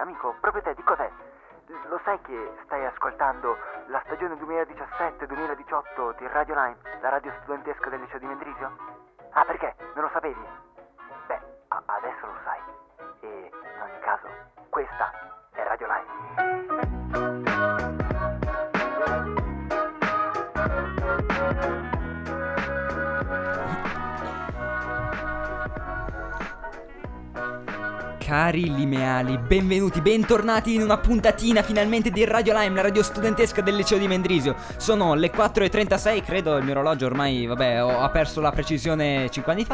amico, proprio te, di cos'è? Lo sai che stai ascoltando la stagione 2017-2018 di Radio Lime, la radio studentesca del liceo di Mendrisio? Ah, perché? Non lo sapevi? Beh, adesso lo sai. E in ogni caso, questa è Radio Lime. Cari limeali, benvenuti, bentornati in una puntatina finalmente di Radio Lime, la radio studentesca del liceo di Mendrisio. Sono le 4:36, credo, il mio orologio ormai, ha perso la precisione 5 anni fa.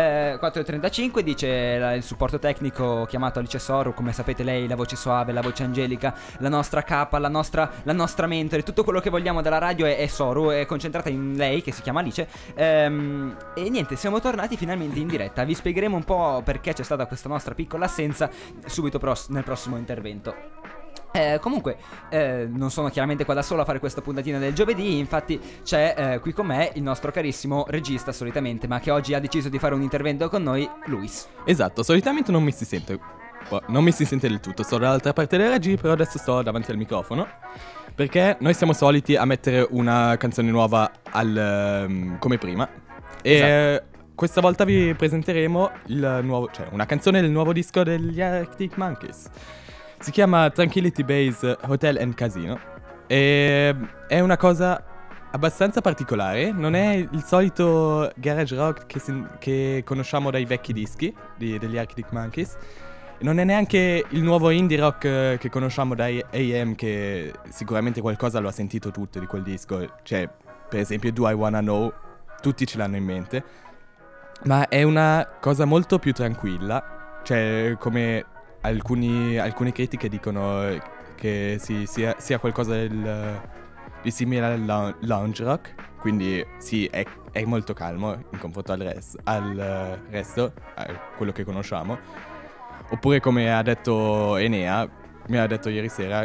4:35 dice il supporto tecnico chiamato Alice Soru, come sapete lei, la voce suave, la voce angelica, la nostra capa, la nostra mentore, tutto quello che vogliamo dalla radio è Soru, è concentrata in lei che si chiama Alice. E niente, siamo tornati finalmente in diretta, vi spiegheremo un po' perché c'è stata questa nostra piccola assenza subito nel prossimo intervento. Comunque non sono chiaramente qua da solo a fare questa puntatina del giovedì. Infatti c'è qui con me il nostro carissimo regista solitamente, ma che oggi ha deciso di fare un intervento con noi, Luis. Esatto, solitamente non mi si sente del tutto, sto dall'altra parte della regia, però adesso sto davanti al microfono perché noi siamo soliti a mettere una canzone nuova come prima. Esatto. E questa volta vi presenteremo una canzone del nuovo disco degli Arctic Monkeys. Si chiama Tranquility Base Hotel and Casino e è una cosa abbastanza particolare. Non è il solito garage rock che conosciamo dai vecchi dischi degli Arctic Monkeys. Non è neanche il nuovo indie rock che conosciamo dai AM, che sicuramente qualcosa lo ha sentito tutto di quel disco. Cioè, per esempio, Do I Wanna Know, tutti ce l'hanno in mente. Ma è una cosa molto più tranquilla, cioè come alcune critiche dicono che sia qualcosa di simile al lounge rock, quindi sì, è molto calmo in confronto al resto, a quello che conosciamo. Oppure come ha detto Enea, mi ha detto ieri sera,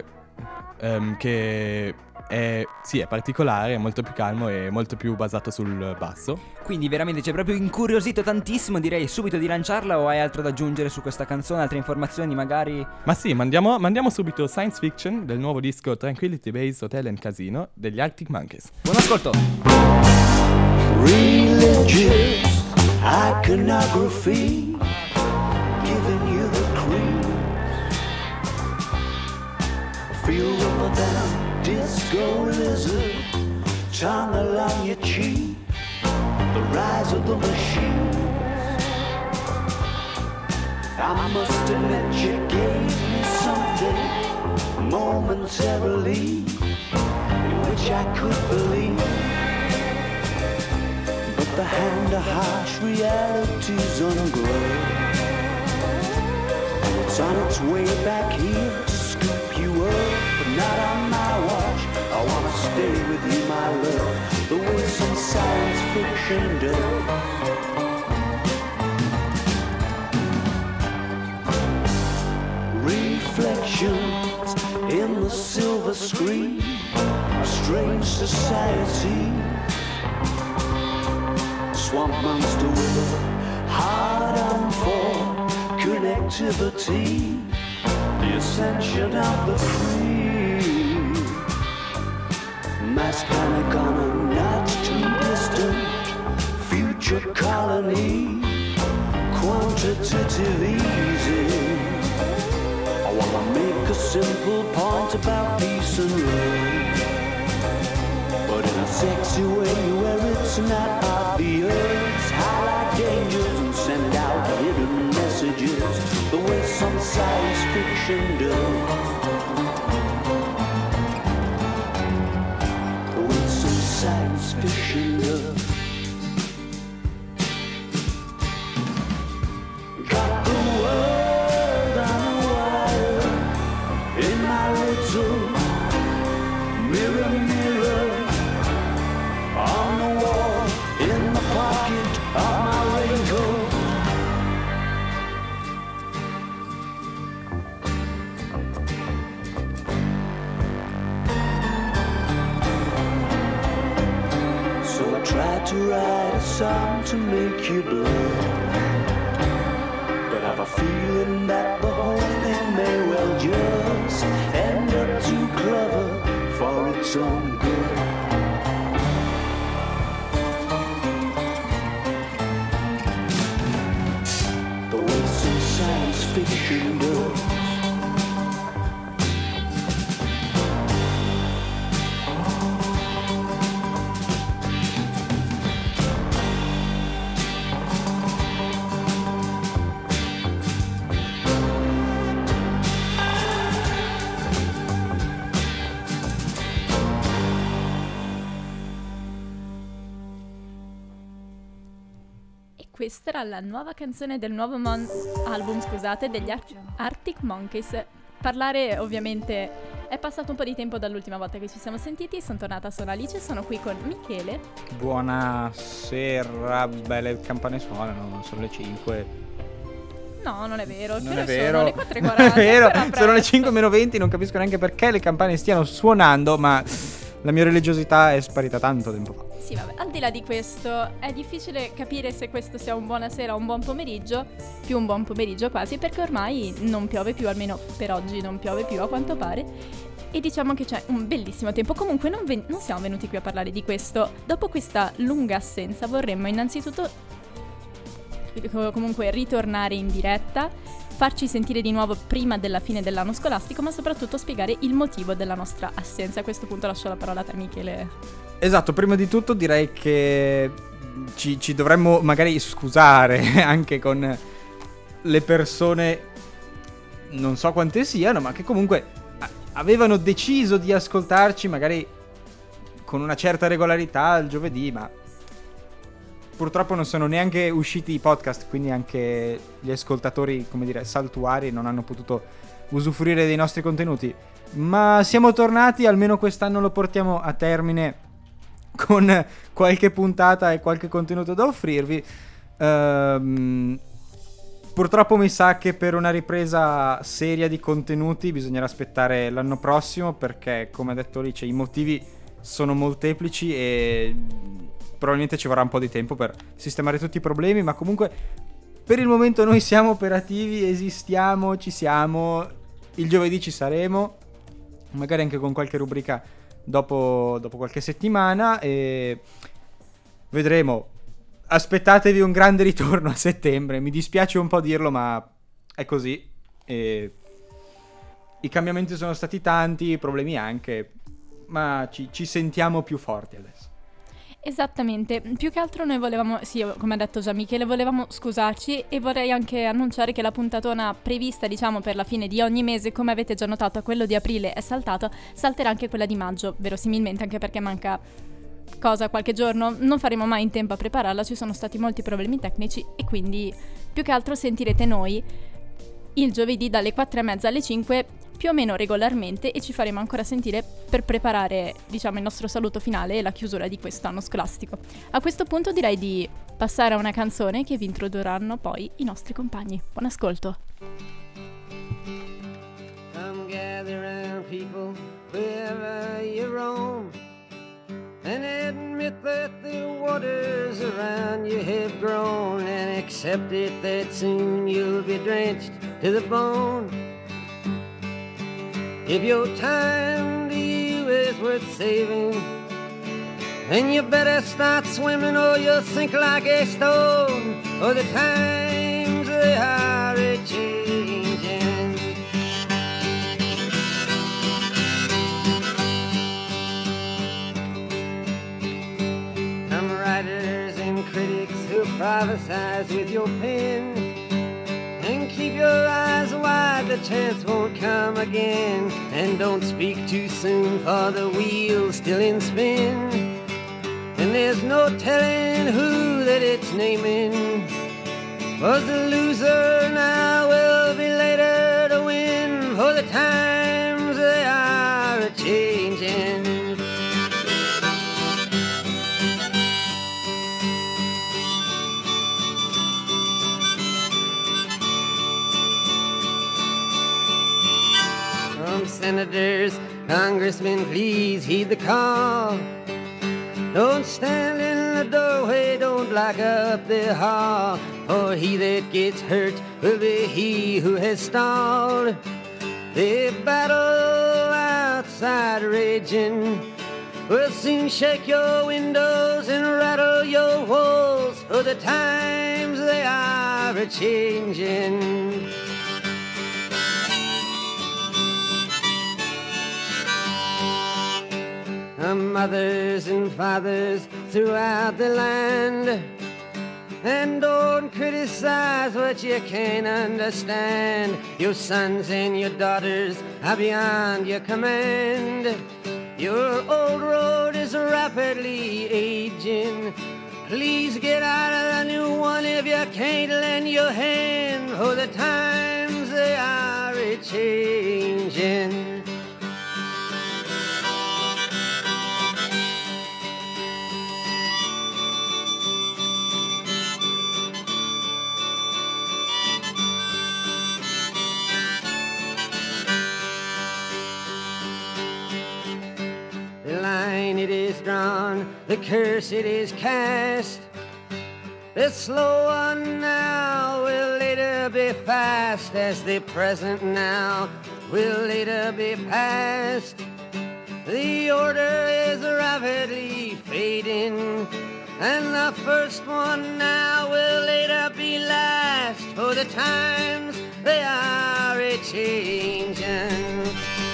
che è particolare, è molto più calmo e molto più basato sul basso. Quindi veramente ci è proprio incuriosito tantissimo, direi subito di lanciarla, o hai altro da aggiungere su questa canzone, altre informazioni magari? Ma sì, mandiamo subito Science Fiction del nuovo disco Tranquility Base Hotel and Casino degli Arctic Monkeys. Buon ascolto! Religious iconography, giving you the creeps. Feel the down disco lizard, tongue along your cheek, the rise of the machines. I must admit you gave me something momentarily in which I could believe, but the hand of harsh reality's ungrown, and it's on its way back here to scoop you up, but not on my watch. I wanna stay with you, my love, the way some science fiction does. Reflections in the silver screen, a strange society. Swamp monster with a hard on for connectivity, the ascension of the free. Mass panic on a not too distant future colony, quantitative easy. I wanna make a simple point about peace and love, but in a sexy way where it's not obvious. Highlight dangers and send out hidden messages, the way some science fiction does. The way some science fiction does. Got the world on a wire in my little mirror, mirror on the wall, in the pocket of my raincoat. So I tried to write a song to make you blue, but I've a feeling that the whole thing may well just some good. The way some science fiction does. Questa era la nuova canzone del nuovo album, degli Arctic Monkeys. Parlare, ovviamente, è passato un po' di tempo dall'ultima volta che ci siamo sentiti. Sono tornata, sono Alice, sono qui con Michele. Buonasera, belle campane suonano, sono le 5. No, non è vero. Non è vero. Sono le 4:40. Non è vero, sono le 5:20, non capisco neanche perché le campane stiano suonando, ma la mia religiosità è sparita tanto tempo fa. Sì, vabbè, al di là di questo, è difficile capire se questo sia un buonasera o un buon pomeriggio, più un buon pomeriggio quasi, perché ormai non piove più, almeno per oggi non piove più a quanto pare, e diciamo che c'è un bellissimo tempo. Comunque non siamo venuti qui a parlare di questo. Dopo questa lunga assenza vorremmo innanzitutto comunque ritornare in diretta, farci sentire di nuovo prima della fine dell'anno scolastico, ma soprattutto spiegare il motivo della nostra assenza. A questo punto lascio la parola a te, Michele. Esatto, prima di tutto direi che ci dovremmo magari scusare anche con le persone, non so quante siano, ma che comunque avevano deciso di ascoltarci magari con una certa regolarità il giovedì, ma purtroppo non sono neanche usciti i podcast, quindi anche gli ascoltatori, come dire, saltuari non hanno potuto usufruire dei nostri contenuti. Ma siamo tornati, almeno quest'anno lo portiamo a termine con qualche puntata e qualche contenuto da offrirvi. Purtroppo mi sa che per una ripresa seria di contenuti bisognerà aspettare l'anno prossimo, perché, come ha detto Alice, i motivi sono molteplici e probabilmente ci vorrà un po' di tempo per sistemare tutti i problemi, ma comunque per il momento noi siamo operativi, esistiamo, ci siamo, il giovedì ci saremo, magari anche con qualche rubrica dopo qualche settimana, e vedremo. Aspettatevi un grande ritorno a settembre, mi dispiace un po' dirlo, ma è così, e i cambiamenti sono stati tanti, i problemi anche, ma ci sentiamo più forti adesso. Esattamente, più che altro noi volevamo, sì, come ha detto già Michele, volevamo scusarci, e vorrei anche annunciare che la puntatona prevista, diciamo, per la fine di ogni mese, come avete già notato, quello di aprile è saltato, salterà anche quella di maggio, verosimilmente, anche perché manca qualche giorno, non faremo mai in tempo a prepararla, ci sono stati molti problemi tecnici, e quindi più che altro sentirete noi il giovedì dalle 4:30 alle 5 più o meno regolarmente, e ci faremo ancora sentire per preparare, diciamo, il nostro saluto finale e la chiusura di quest'anno scolastico. A questo punto direi di passare a una canzone che vi introdurranno poi i nostri compagni. Buon ascolto. Come gather round people wherever you roam, and admit that the waters around you have grown, and accept it that soon you'll be drenched to the bone. If your time to you is worth saving, then you better start swimming or you'll sink like a stone, or the times they are a-changing. Some writers and critics who prophesize with your pen, and keep your eyes wide, the chance won't come again. And don't speak too soon, for the wheel's still in spin, and there's no telling who that it's naming. Was the loser now will be later to win, for the times they are a-changing. Senators, congressmen, please heed the call. Don't stand in the doorway, don't block up the hall, for he that gets hurt will be he who has stalled. The battle outside raging, will soon shake your windows and rattle your walls, for the times they are a-changing. Mothers and fathers throughout the land, and don't criticize what you can't understand. Your sons and your daughters are beyond your command. Your old road is rapidly aging. Please get out of the new one if you can't lend your hand, for the times they are a-changing. It is drawn, the curse it is cast. The slow one now will later be fast, as the present now will later be past. The order is rapidly fading, and the first one now will later be last, for the times they are a-changing.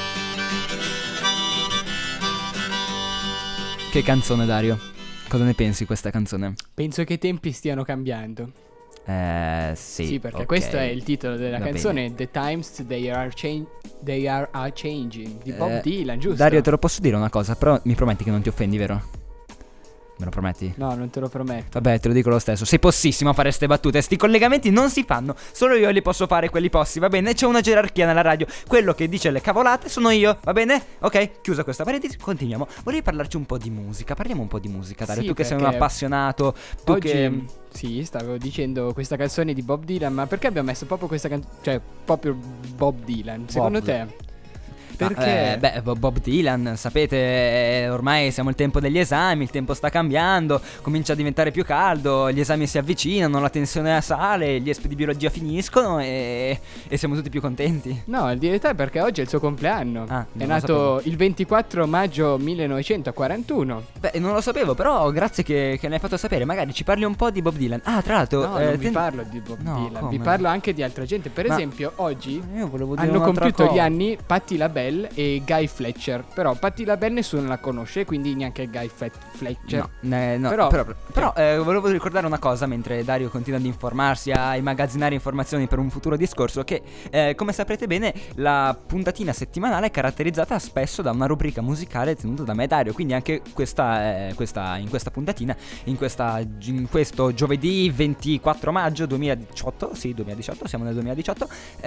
Che canzone, Dario? Cosa ne pensi di questa canzone? Penso che i tempi stiano cambiando. Sì. Sì, perché ok. questo è il titolo della Va canzone, bene. The Times They Are A-Changing, di Bob Dylan, giusto? Dario, te lo posso dire una cosa, però mi prometti che non ti offendi, vero? Me lo prometti? No, non te lo prometto. Vabbè, te lo dico lo stesso. Sei possissimo a fare ste battute. Sti collegamenti non si fanno. Solo io li posso fare, quelli possi, va bene? C'è una gerarchia nella radio. Quello che dice le cavolate sono io, va bene? Ok, chiusa questa parentesi, continuiamo. Volevi parlarci un po' di musica. Parliamo un po' di musica, Dario. Sì, Tu che sei un perché appassionato. Tu Oggi, che... sì, stavo dicendo questa canzone di Bob Dylan, ma perché abbiamo messo proprio questa canzone, cioè proprio Bob Dylan, secondo te? Perché? Bob Dylan, sapete, ormai siamo al tempo degli esami, il tempo sta cambiando, comincia a diventare più caldo, gli esami si avvicinano, la tensione sale, gli espi di biologia finiscono e siamo tutti più contenti. No, in realtà è perché oggi è il suo compleanno. Ah, È non lo nato sapevo. il 24 maggio 1941. Beh, non lo sapevo, però grazie che ne hai fatto sapere, magari ci parli un po' di Bob Dylan. Ah, tra l'altro... No, non vi parlo di Bob No, Dylan, come? vi parlo anche di altra gente. Per Ma- esempio, oggi Io volevo dire hanno un'altra compiuto cosa. gli anni Patti LaBelle e Guy Fletcher. Però Patti LaBelle nessuno la conosce, quindi neanche Guy Fletcher. No, però volevo ricordare una cosa mentre Dario continua ad informarsi, a immagazzinare informazioni per un futuro discorso, che come saprete bene la puntatina settimanale è caratterizzata spesso da una rubrica musicale tenuta da me e Dario, quindi anche in questa puntatina, in questo giovedì 24 maggio 2018, sì 2018, siamo nel 2018,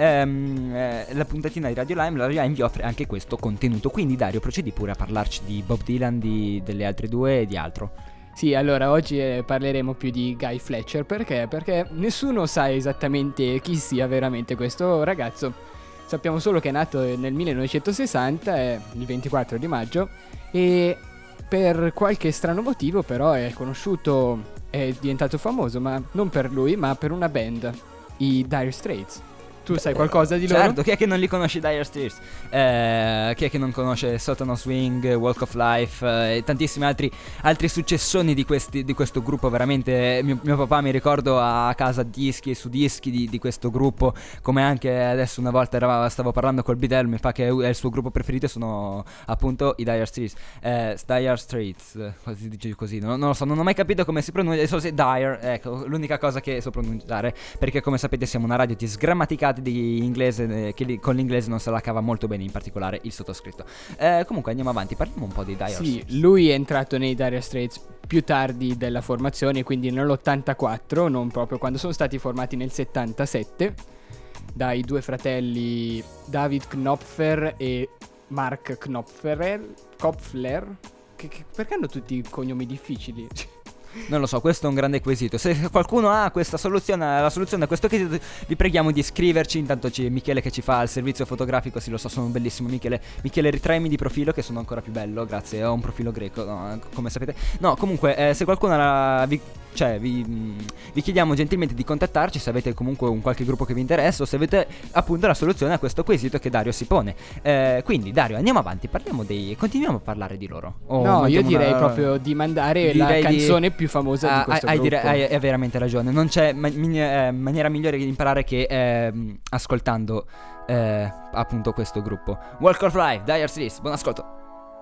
la puntatina di Radio Lime vi offre anche questo contenuto, quindi Dario procedi pure a parlarci di Bob Dylan, delle altre due e di altro. Sì, allora oggi parleremo più di Guy Fletcher. Perché? Perché nessuno sa esattamente chi sia veramente questo ragazzo. Sappiamo solo che è nato nel 1960, il 24 di maggio, e per qualche strano motivo però è diventato famoso, ma non per lui, ma per una band, i Dire Straits. Tu sai qualcosa di loro? Certo, chi è che non li conosce Dire Straits? Chi è che non conosce Sotano Swing, Walk of Life e tantissimi altri successoni di questo gruppo? Veramente mio papà, mi ricordo, a casa dischi e su dischi di questo gruppo, come anche adesso una volta stavo parlando col Bidello, mi fa che è il suo gruppo preferito, sono appunto i Dire Straits. Dire Straits, si dice così, non lo so, non ho mai capito come si pronuncia, so se Dire, ecco, l'unica cosa che so pronunciare, perché come sapete siamo una radio di sgrammaticati di inglese, con l'inglese non se la cava molto bene, in particolare il sottoscritto. Comunque andiamo avanti, parliamo un po' di Dire Sì, Straits. lui è entrato nei Dire Straits più tardi della formazione, quindi nell'84, non proprio quando sono stati formati nel 77 dai due fratelli David Knopfler e Mark Knopfler. Perché hanno tutti cognomi difficili? Non lo so, questo è un grande quesito. Se qualcuno ha questa soluzione, la soluzione a questo quesito, vi preghiamo di scriverci. Intanto c'è Michele che ci fa il servizio fotografico. Sì, lo so, sono bellissimo. Michele, ritraimi di profilo che sono ancora più bello. Grazie, ho un profilo greco, no, come sapete. No, comunque, se qualcuno cioè vi chiediamo gentilmente di contattarci se avete comunque un qualche gruppo che vi interessa o se avete appunto la soluzione a questo quesito che Dario si pone. Quindi Dario, andiamo avanti, continuiamo a parlare di loro. No, io direi proprio di mandare la canzone più famosa di questo gruppo. Hai veramente ragione, non c'è maniera migliore di imparare che ascoltando appunto questo gruppo. Walk of Life, Dire Straits, buon ascolto.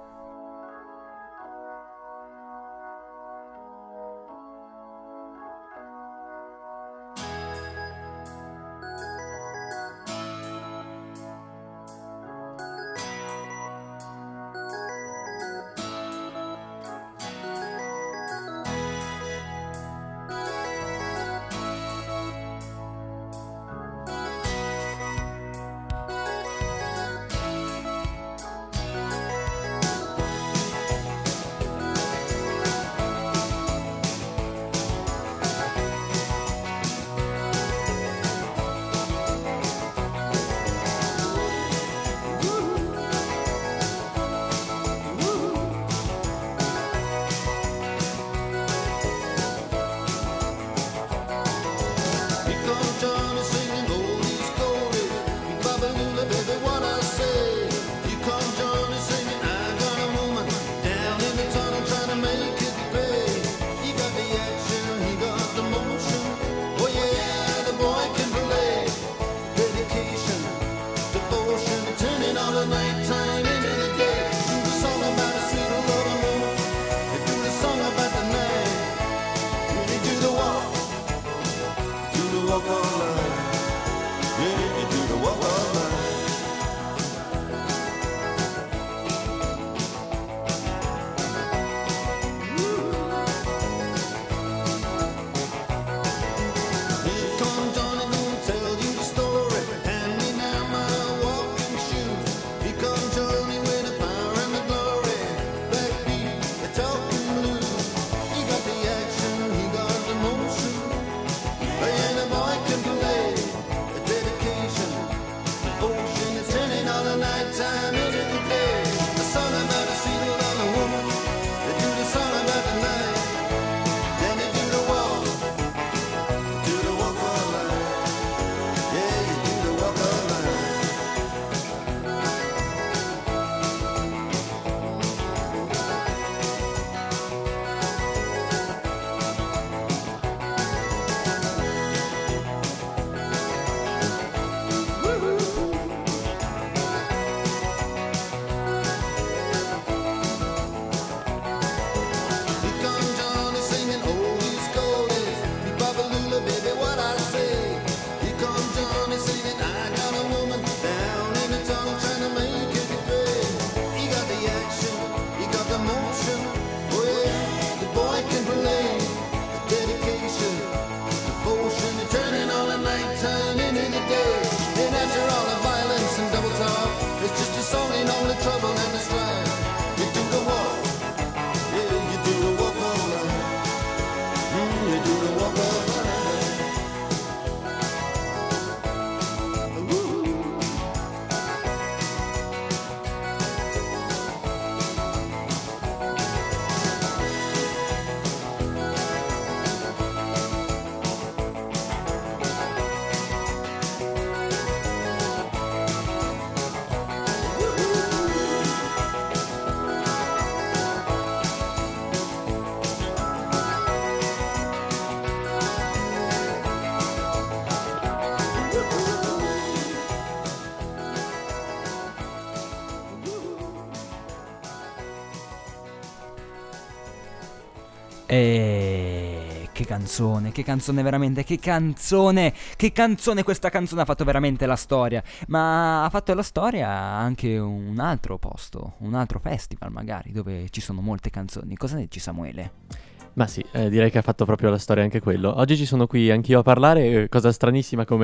E che canzone veramente, che canzone questa canzone ha fatto veramente la storia, ma ha fatto la storia anche un altro posto, un altro festival magari, dove ci sono molte canzoni. Cosa ne dici, Samuele? Ma sì, direi che ha fatto proprio la storia anche quello. Oggi ci sono qui anch'io a parlare, cosa stranissima come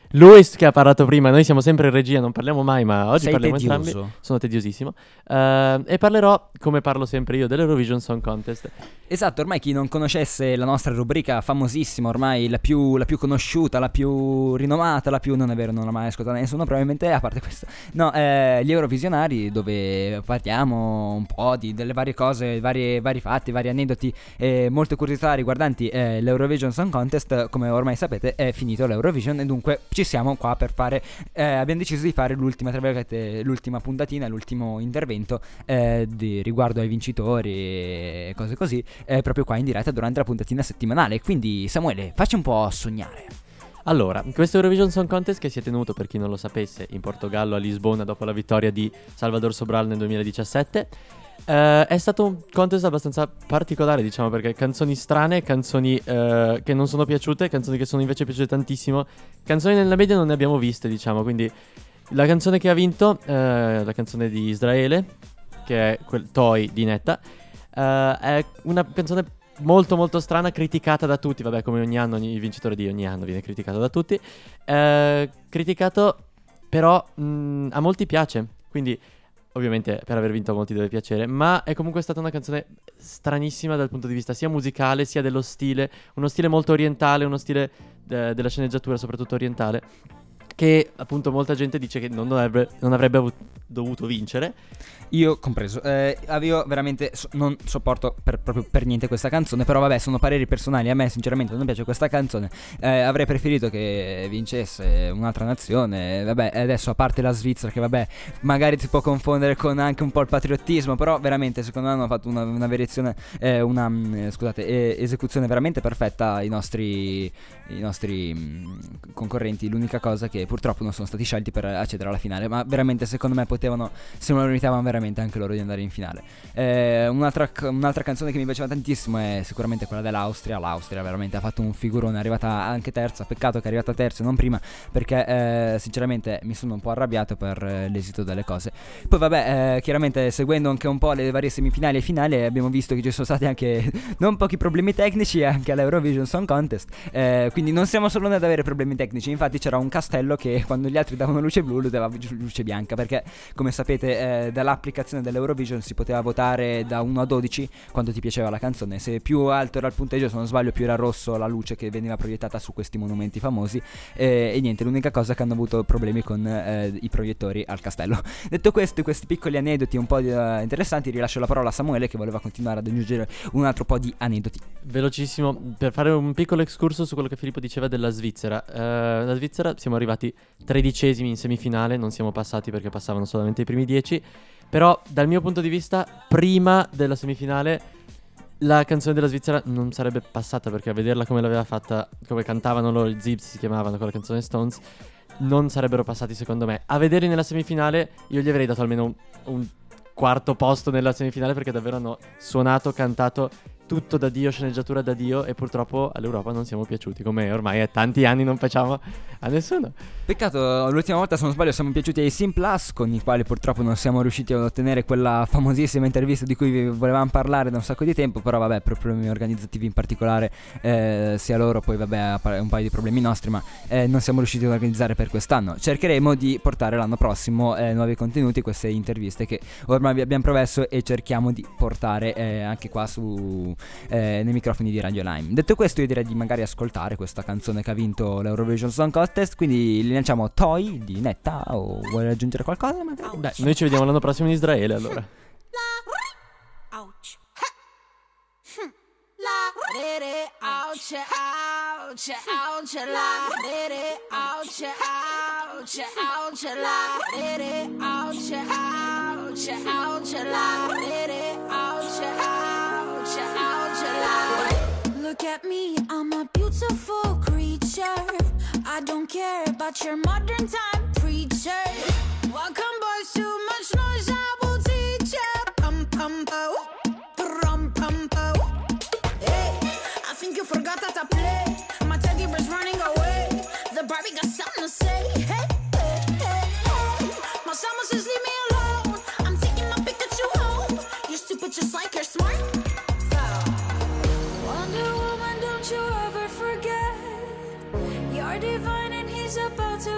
Luis che ha parlato prima, noi siamo sempre in regia, non parliamo mai, ma oggi Sei parliamo tedioso. entrambi. Sono tediosissimo. E parlerò, come parlo sempre io, dell'Eurovision Song Contest. Esatto, ormai chi non conoscesse la nostra rubrica famosissima, ormai la più conosciuta, la più rinomata, la più... non è vero, non l'ha mai ascoltata nessuno, probabilmente, a parte questo. No, gli Eurovisionari, dove parliamo un po' delle varie cose, vari fatti, vari aneddoti, molte curiosità riguardanti l'Eurovision Song Contest. Come ormai sapete è finito l'Eurovision e dunque ci siamo qua per fare... abbiamo deciso di fare l'ultima, tra virgolette, l'ultima puntatina, l'ultimo intervento riguardo ai vincitori e cose così, proprio qua in diretta durante la puntatina settimanale. Quindi Samuele, facci un po' sognare. Allora, questo Eurovision Song Contest che si è tenuto, per chi non lo sapesse, in Portogallo, a Lisbona, dopo la vittoria di Salvador Sobral nel 2017, è stato un contest abbastanza particolare, diciamo, perché canzoni strane, canzoni che non sono piaciute, canzoni che sono invece piaciute tantissimo, canzoni nella media non ne abbiamo viste, diciamo. Quindi la canzone che ha vinto, la canzone di Israele, che è quel Toy di Netta, è una canzone molto molto strana, criticata da tutti. Vabbè, come ogni anno, il vincitore di ogni anno viene criticato da tutti. Criticato, però a molti piace. Quindi ovviamente per aver vinto a molti deve piacere, ma è comunque stata una canzone stranissima dal punto di vista sia musicale sia dello stile. Uno stile molto orientale, uno stile della sceneggiatura soprattutto orientale, che appunto molta gente dice che non avrebbe dovuto vincere. Io compreso. Io veramente non sopporto proprio per niente questa canzone. Però vabbè, sono pareri personali. A me sinceramente non piace questa canzone. Avrei preferito che vincesse un'altra nazione. Vabbè, adesso a parte la Svizzera, che vabbè, magari si può confondere con anche un po' il patriottismo, però veramente secondo me hanno fatto una variazione, esecuzione veramente perfetta i nostri concorrenti. L'unica cosa che purtroppo non sono stati scelti per accedere alla finale, ma veramente secondo me potevano, se non lo meritavano veramente anche loro di andare in finale. Un'altra canzone che mi piaceva tantissimo è sicuramente quella dell'Austria. L'Austria veramente ha fatto un figurone, è arrivata anche terza. Peccato che è arrivata terza e non prima, perché sinceramente mi sono un po' arrabbiato per l'esito delle cose. Poi vabbè, chiaramente seguendo anche un po' le varie semifinali e finali, abbiamo visto che ci sono stati anche non pochi problemi tecnici anche all'Eurovision Song Contest. Quindi non siamo solo noi ad avere problemi tecnici. Infatti c'era un castello che quando gli altri davano luce blu lui dava luce bianca, perché come sapete dall'applicazione dell'Eurovision si poteva votare da 1 a 12 quando ti piaceva la canzone. Se più alto era il punteggio, se non sbaglio, più era rosso la luce che veniva proiettata su questi monumenti famosi. E niente, l'unica cosa è che hanno avuto problemi con i proiettori al castello. Detto questo, questi piccoli aneddoti un po' interessanti, rilascio la parola a Samuele che voleva continuare ad aggiungere un altro po' di aneddoti. Velocissimo, per fare un piccolo excursus su quello che Filippo diceva della Svizzera. La Svizzera siamo arrivati 13esimi in semifinale, non siamo passati perché passavano solamente i primi 10. Però dal mio punto di vista, prima della semifinale, la canzone della Svizzera non sarebbe passata, perché a vederla come l'aveva fatta, come cantavano loro, i Zips si chiamavano con la canzone Stones, non sarebbero passati secondo me. A vederli nella semifinale io gli avrei dato almeno un quarto posto nella semifinale, perché davvero hanno suonato, cantato tutto da Dio, sceneggiatura da Dio, e purtroppo all'Europa non siamo piaciuti, come ormai è tanti anni non piacciamo a nessuno. Peccato, l'ultima volta, se non sbaglio, siamo piaciuti ai Sim Plus, con i quali purtroppo non siamo riusciti ad ottenere quella famosissima intervista di cui vi volevamo parlare da un sacco di tempo. Però vabbè, per problemi organizzativi in particolare, sia loro, poi vabbè, un paio di problemi nostri, ma non siamo riusciti ad organizzare per quest'anno. Cercheremo di portare l'anno prossimo nuovi contenuti, queste interviste che ormai vi abbiamo promesso, e cerchiamo di portare anche qua nei microfoni di Radio Lime. Detto questo, io direi di magari ascoltare questa canzone che ha vinto l'Eurovision Song Contest, quindi li lanciamo Toy di Netta. O vuoi aggiungere qualcosa magari? Beh, noi ci vediamo l'anno prossimo in Israele, allora. Look at me, I'm a beautiful creature. I don't care about your modern time preacher. Welcome boys, too much noise, I will teach ya. Pum pum po, pum pum po. Hey, I think you forgot how to play. My teddy bear's running away. The Barbie got something to say. Hey, hey, hey, hey. My summer says leave me alone. I'm taking my Pikachu home. You're stupid just like you're smart. Wonder Woman, don't you ever forget. You're divine and he's about to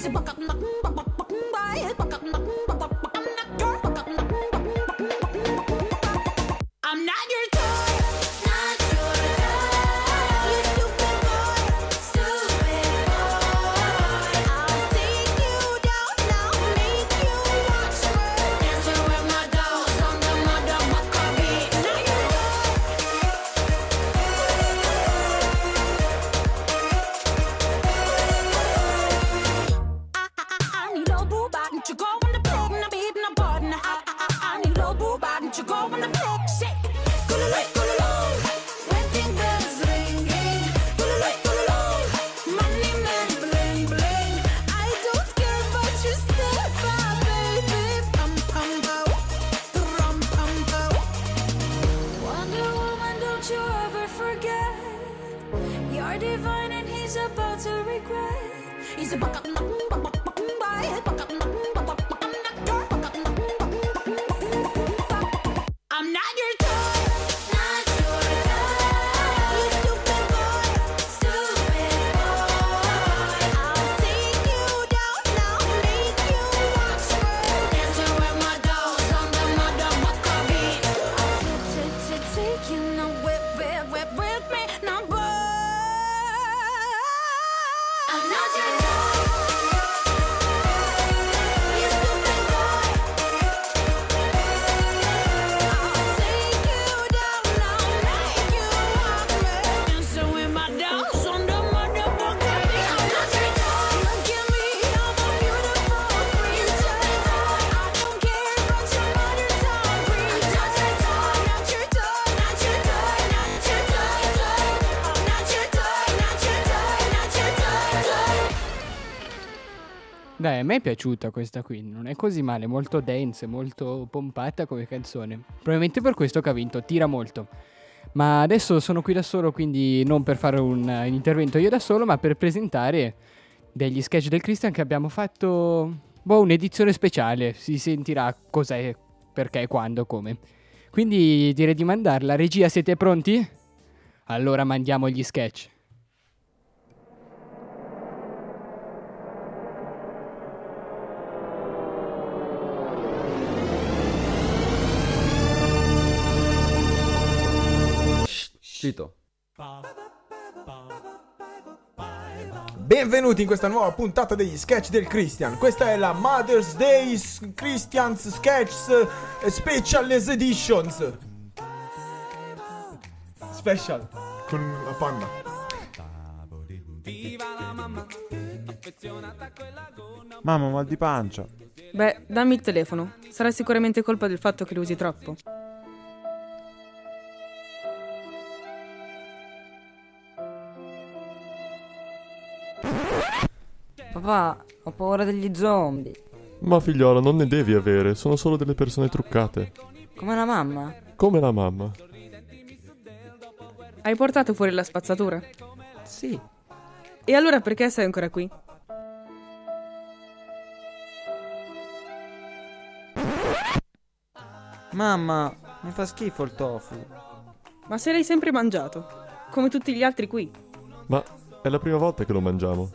I'm not your toy, not your toy. You stupid boy, stupid boy. I'll take you down now, make you watch me dancing with my dolls on the motherfucker beat. Not your I need a boo bot, don't you go on the plate, and I'm eating a button. I need a boo bot, don't you go on the plate, shake. Wedding bells ringing, money man bling bling. I don't care about your stuff, baby. Pum pum pow, rum pum pow. Wonder Woman, don't you ever forget, you're divine and he's about to regret. He's a I'm not your toy, not your toy. You stupid boy, stupid boy. I'll take you down now, make you watch me dancing with my dolls on the motherfucker beat. I'll take you now, with me now, boy. I'm not your toy. You stupid boy. I'll take you down now, make you watch me dancing with my dolls on the motherfucker beat. I'm not your toy. Look at me, I'm a beautiful creature. I don't care about your modern time creature. I'm not your toy, not your toy, not your toy, I'm not your toy, not your toy, not your toy. Dai, a me è piaciuta questa qui, non è così male, molto dance, molto pompata come canzone. Probabilmente per questo che ha vinto, tira molto. Ma adesso sono qui da solo, quindi non per fare un intervento io da solo, ma per presentare degli sketch del Christian che abbiamo fatto, un'edizione speciale. Si sentirà cos'è, perché, quando, come. Quindi direi di mandarla. Regia, siete pronti? Allora mandiamo gli sketch. Cito. Benvenuti in questa nuova puntata degli sketch del Christian. Questa è la Mother's Day Christian's Sketches Special Editions. Special con la panna. Mamma, mal di pancia. Beh, dammi il telefono. Sarà sicuramente colpa del fatto che lo usi troppo. Papà, ho paura degli zombie. Ma figliolo, non ne devi avere, sono solo delle persone truccate. Come la mamma? Come la mamma. Hai portato fuori la spazzatura? Sì. E allora perché sei ancora qui? Mamma, mi fa schifo il tofu. Ma se l'hai sempre mangiato, come tutti gli altri qui. Ma è la prima volta che lo mangiamo.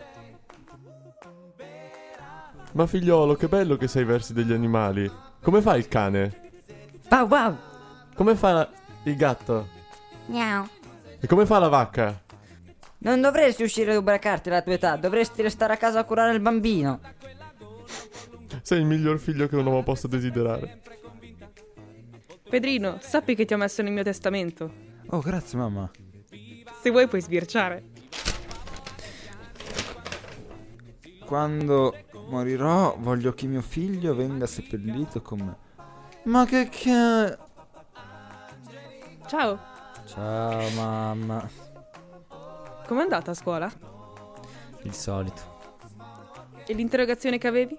Ma figliolo, che bello che sai i versi degli animali. Come fa il cane? Wow wow. Come fa il gatto? Miau. E come fa la vacca? Non dovresti uscire ad ubriacarti alla tua età, dovresti restare a casa a curare il bambino. Sei il miglior figlio che un uomo possa desiderare. Pedrino, sappi che ti ho messo nel mio testamento. Oh, grazie mamma. Se vuoi puoi sbirciare. Quando morirò voglio che mio figlio venga seppellito con me. Ma che... Ciao. Ciao mamma. Com'è andata a scuola? Il solito. E l'interrogazione che avevi?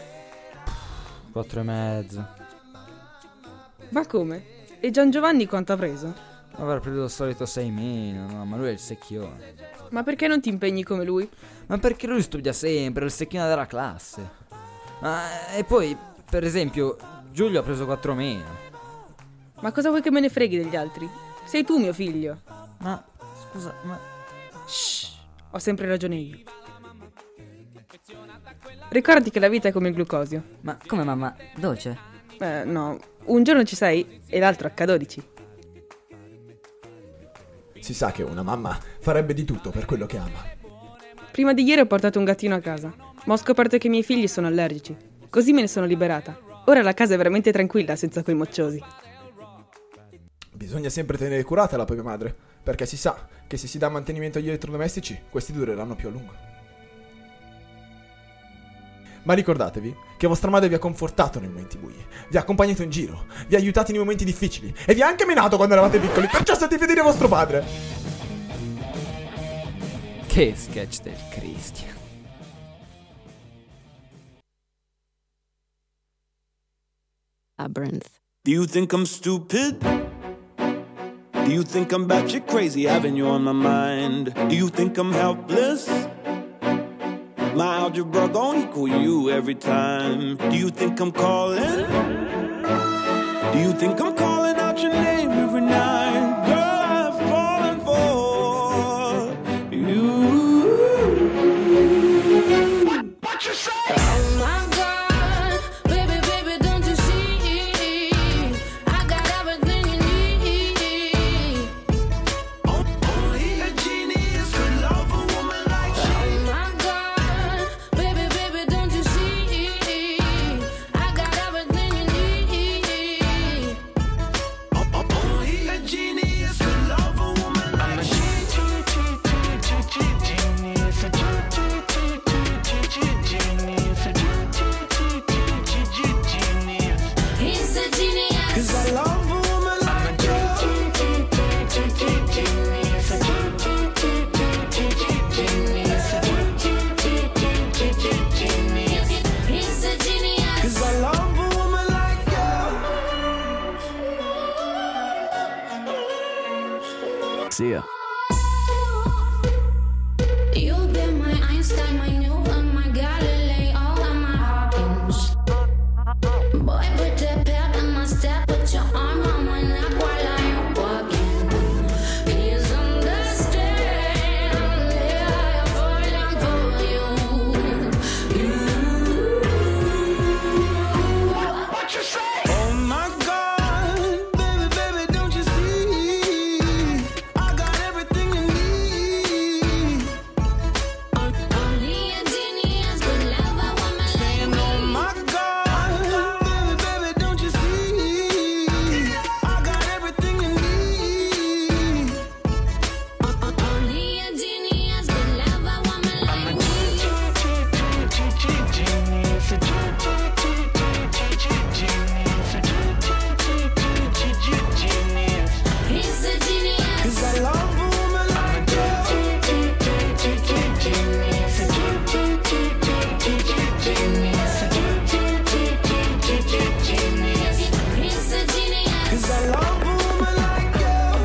4,5. Ma come? E Gian Giovanni quanto ha preso? Avrà preso il solito 6 meno, no, ma lui è il secchione. Ma perché non ti impegni come lui? Ma perché lui studia sempre, è il secchione della classe. E poi, per esempio, Giulio ha preso 4 meno. Ma cosa vuoi che me ne freghi degli altri? Sei tu mio figlio. Ma, scusa, ma... Shh, ho sempre ragione io. Ricordati che la vita è come il glucosio. Ma come mamma? Dolce? No, un giorno ci sei e l'altro H12. Si sa che una mamma farebbe di tutto per quello che ama. Prima di ieri ho portato un gattino a casa, ma ho scoperto che i miei figli sono allergici. Così me ne sono liberata. Ora la casa è veramente tranquilla senza quei mocciosi. Bisogna sempre tenere curata la propria madre, perché si sa che se si dà mantenimento agli elettrodomestici, questi dureranno più a lungo. Ma ricordatevi che vostra madre vi ha confortato nei momenti bui, vi ha accompagnato in giro, vi ha aiutato nei momenti difficili e vi ha anche menato quando eravate piccoli, perciò state fedeli a vostro padre. Che sketch del Christian. Labyrinth. Do you think I'm stupid? Do you think I'm batshit crazy having you on my mind? Do you think I'm helpless? My algebra gon' equal you every time. Do you think I'm calling? Do you think I'm calling out your name every night? Girl, I've fallen for you. What you say? Oh my God, baby, baby, don't you see? I got everything you need. Only a genius could love a woman like she. Oh my God, baby, baby, don't you see? I got everything you need. Only a genius could love a woman like she. He's a genius. 'Cause I love a woman like you. He's a genius. 'Cause I love a woman like you. See ya. You've been my Einstein, my Newton, my Galileo, and my Hawkins. Boy, put that pep in my step, put your arm on my neck while I am walking. Please understand, I'm falling for you. What you say? Oh my God, baby, baby, don't you see? I got everything you need. Only a genius could love a woman like Saying, oh my God, baby, baby, don't you see? I got everything you need. Only a genius could love a woman like me. He's a genius. 'Cause I love a woman like He's a genius. 'Cause I love a woman like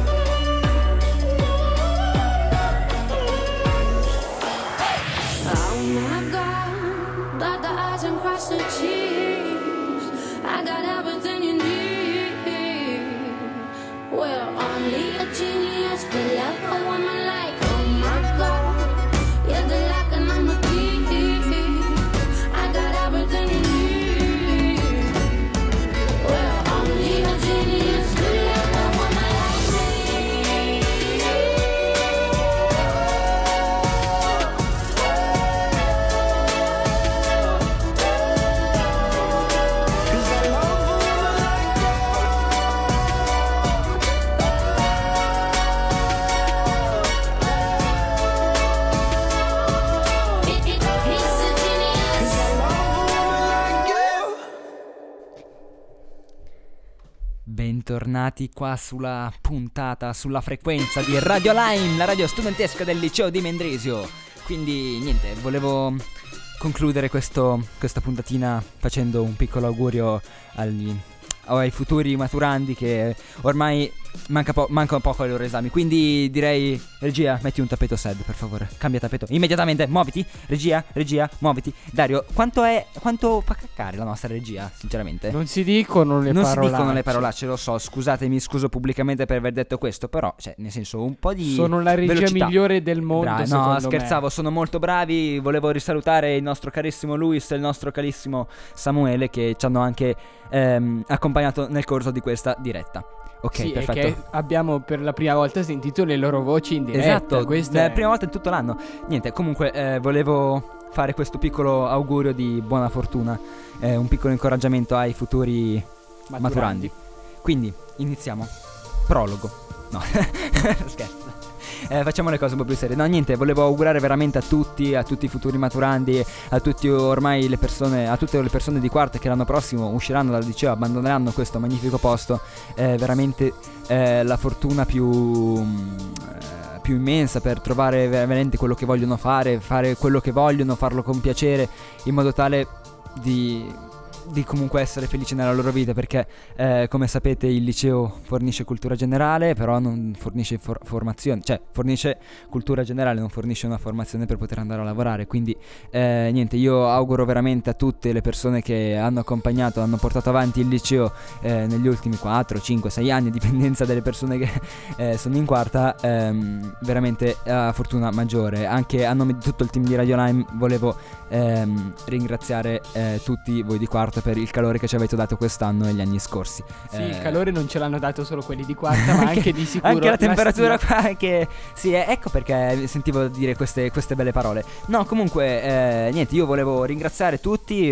Oh my God, dot the I's and cross the T's. I got everything you need. Well, only a genius could love a woman like. Oh my God, you're the lock and I'm the key. I got everything you need. Well, only a genius could love a woman like me. Bentornati qua sulla puntata, sulla frequenza di Radio Lime, la radio studentesca del liceo di Mendrisio. Quindi niente, volevo concludere questa puntatina facendo un piccolo augurio ai futuri maturandi che ormai mancano poco ai loro esami. Quindi direi, regia, metti un tappeto sad, per favore. Cambia tappeto immediatamente, muoviti. Regia, muoviti. Dario, quanto fa caccare la nostra regia, sinceramente? Non si dicono le parolacce, lo so. Scusatemi, scuso pubblicamente per aver detto questo, però, cioè, nel senso, un po' di sono la regia velocità migliore del mondo, no, scherzavo, sono molto bravi. Volevo risalutare il nostro carissimo Luis e il nostro carissimo Samuele, che ci hanno anche accompagnato nel corso di questa diretta. Ok, sì, perfetto. E che abbiamo per la prima volta sentito le loro voci in diretta. Esatto, questa la prima volta in tutto l'anno. Niente, comunque volevo fare questo piccolo augurio di buona fortuna, un piccolo incoraggiamento ai futuri maturandi. Quindi iniziamo. Prologo. No, scherzo. Facciamo le cose un po' più serie. No, niente, volevo augurare veramente a tutti i futuri maturandi, a tutti ormai le persone, a tutte le persone di quarta che l'anno prossimo usciranno dal liceo, abbandoneranno questo magnifico posto, veramente la fortuna più immensa per trovare veramente quello che vogliono fare quello che vogliono, farlo con piacere, in modo tale di comunque essere felici nella loro vita, perché come sapete il liceo fornisce cultura generale, però non fornisce formazione, cioè fornisce cultura generale, non fornisce una formazione per poter andare a lavorare. Quindi niente, io auguro veramente a tutte le persone che hanno accompagnato, hanno portato avanti il liceo negli ultimi 4, 5, 6 anni, a dipendenza delle persone che sono in quarta, veramente fortuna maggiore. Anche a nome di tutto il team di Radio Lime volevo ringraziare tutti voi di quarta per il calore che ci avete dato quest'anno e gli anni scorsi. Sì, il calore non ce l'hanno dato solo quelli di quarta, ma anche di sicuro anche la temperatura qua, che sì, ecco perché sentivo dire queste belle parole. No, comunque niente, io volevo ringraziare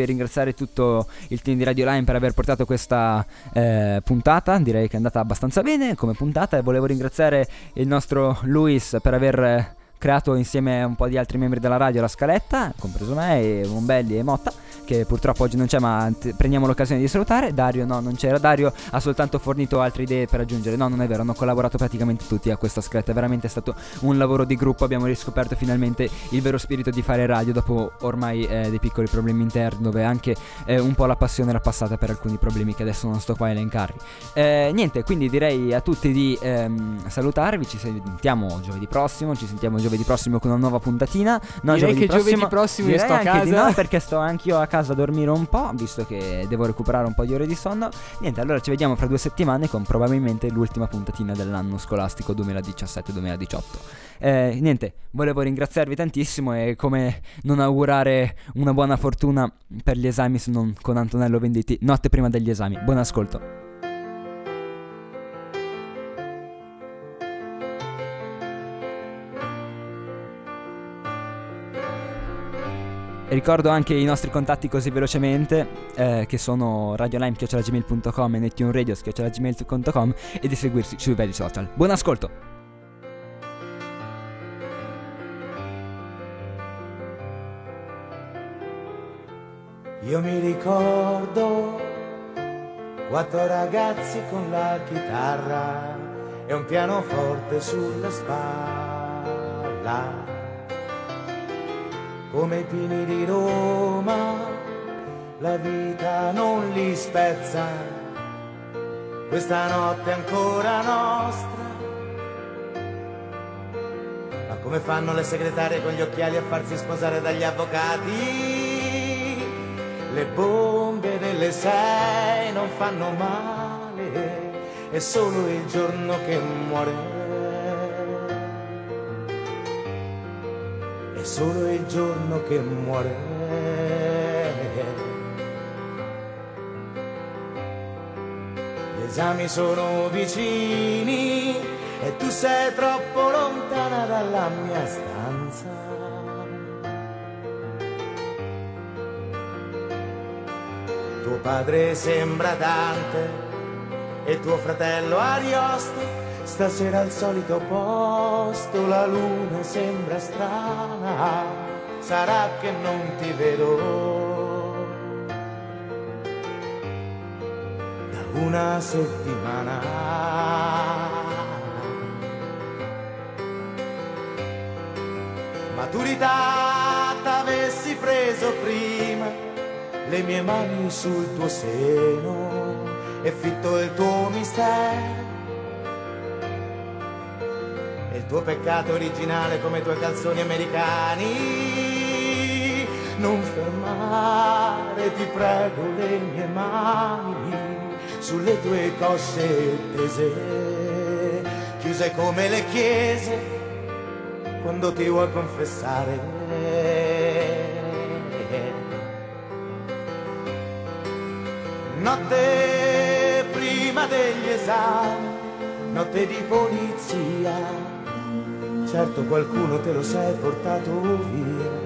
tutto il team di Radio Lime per aver portato questa puntata. Direi che è andata abbastanza bene come puntata, e volevo ringraziare il nostro Luis per aver creato insieme a un po' di altri membri della radio la scaletta, compreso me e Mombelli e Motta, che purtroppo oggi non c'è, ma prendiamo l'occasione di salutare. Dario no, non c'era. Dario ha soltanto fornito altre idee per aggiungere. No, non è vero, hanno collaborato praticamente tutti a questa scaletta. È veramente stato un lavoro di gruppo. Abbiamo riscoperto finalmente il vero spirito di fare radio, dopo ormai dei piccoli problemi interni, dove anche un po' la passione era passata per alcuni problemi che adesso non sto qua a elencarvi. Niente, quindi direi a tutti di salutarvi. Ci sentiamo giovedì prossimo con una nuova puntatina. No, direi giovedì prossimo io sto a casa. Di no, perché sto anch'io a casa a dormire un po', visto che devo recuperare un po' di ore di sonno. Niente, allora ci vediamo fra 2 settimane con probabilmente l'ultima puntatina dell'anno scolastico 2017-2018. Niente, volevo ringraziarvi tantissimo, e come non augurare una buona fortuna per gli esami se non con Antonello Venditti notte prima degli esami. Buon ascolto. Ricordo anche i nostri contatti così velocemente, che sono radiolime@gmail.com e nettuneradio@gmail.com, e di seguirci sui vari social. Buon ascolto! Io mi ricordo 4 ragazzi con la chitarra e un pianoforte sulla spalla. Come i pini di Roma, la vita non li spezza, questa notte è ancora nostra. Ma come fanno le segretarie con gli occhiali a farsi sposare dagli avvocati? Le bombe delle 6 non fanno male, è solo il giorno che muore. È solo il giorno che muore. Gli esami sono vicini e tu sei troppo lontana dalla mia stanza. Tuo padre sembra Dante e tuo fratello Ariosto. Stasera al solito posto, la luna sembra strana, sarà che non ti vedo da una settimana. Maturità t'avessi preso prima, le mie mani sul tuo seno e fitto il tuo mistero. tuo peccato originale come i tuoi calzoni americani. Non fermare, ti prego, le mie mani sulle tue cosce tese, chiuse come le chiese quando ti vuoi confessare. Notte prima degli esami, notte di polizia, certo qualcuno te lo sei portato via.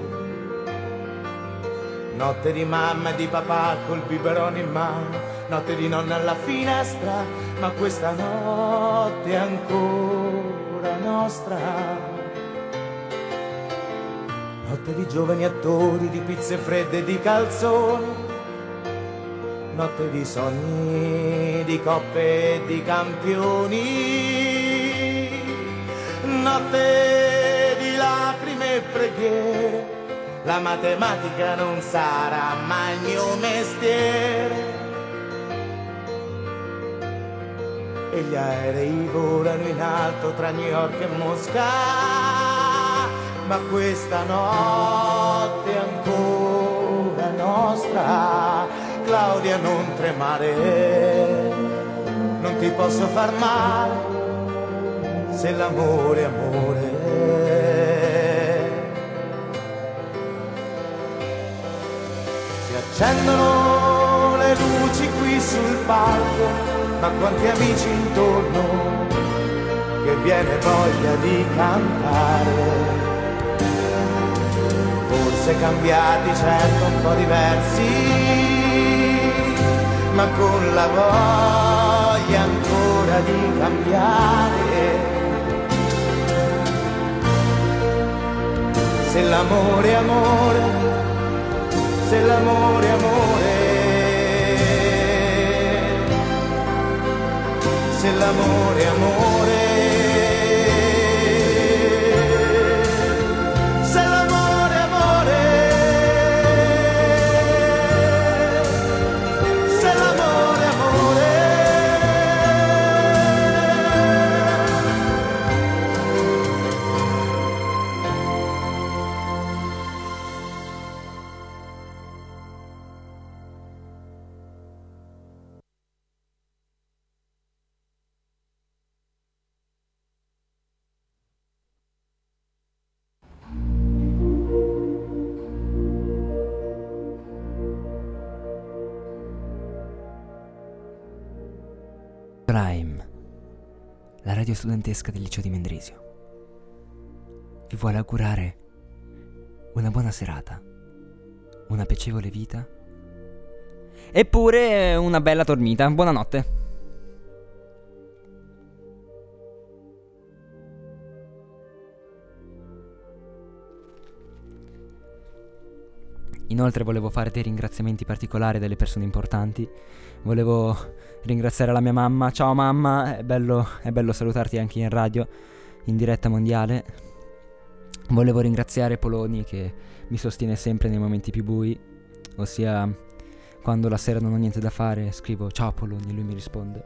Notte di mamma e di papà col biberone in mano, notte di nonna alla finestra, ma questa notte è ancora nostra. Notte di giovani attori, di pizze fredde e di calzoni, notte di sogni, di coppe e di campioni, notte di lacrime e preghiere, la matematica non sarà mai il mio mestiere. E gli aerei volano in alto tra New York e Mosca, ma questa notte è ancora nostra. Claudia, non tremare, non ti posso far male, se l'amore è amore. Si accendono le luci qui sul palco, ma quanti amici intorno, che viene voglia di cantare. Forse cambiati, certo un po' diversi, ma con la voglia ancora di cambiare. Se l'amore è amore, se l'amore è amore, se l'amore è amore. Lime, la radio studentesca del liceo di Mendrisio, vi vuole augurare una buona serata, una piacevole vita eppure una bella dormita. Buonanotte. Inoltre volevo fare dei ringraziamenti particolari delle persone importanti. Volevo ringraziare la mia mamma. Ciao mamma, è bello salutarti anche in radio, in diretta mondiale. Volevo ringraziare Poloni che mi sostiene sempre nei momenti più bui, ossia quando la sera non ho niente da fare scrivo ciao Poloni e lui mi risponde.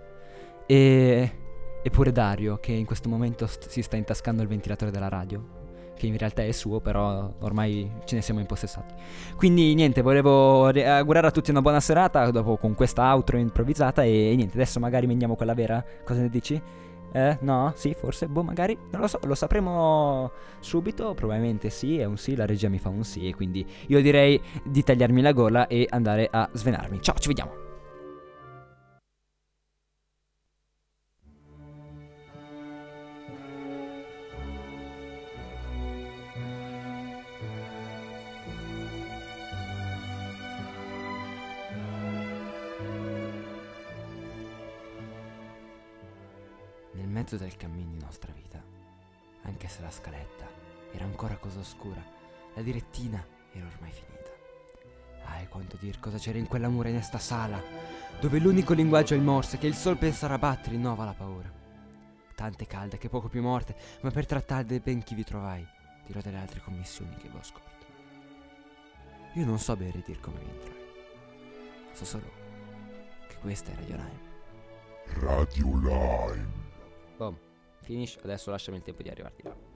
E pure Dario che in questo momento si sta intascando il ventilatore della radio, che in realtà è suo, però ormai ce ne siamo impossessati. Quindi niente, volevo augurare a tutti una buona serata dopo con questa outro improvvisata. E niente, adesso magari veniamo quella vera. Cosa ne dici? No? Sì, forse? Boh, magari? Non lo so, lo sapremo subito. Probabilmente sì, è un sì, la regia mi fa un sì. E quindi io direi di tagliarmi la gola e andare a svenarmi. Ciao, ci vediamo. Nel mezzo del cammino di nostra vita, anche se la scaletta era ancora cosa oscura, la direttina era ormai finita. E quanto dir cosa c'era in quella mura in esta sala, dove l'unico linguaggio è il morse, che il sol pensare a battere innova la paura. Tante calde che poco più morte, ma per trattare del ben chi vi trovai, dirò delle altre commissioni che vi ho scorto. Io non so bene dir come vi entrai, so solo che questa è Radio Lime. Radio Lime. Boh, Finish, adesso lasciami il tempo di arrivarti là.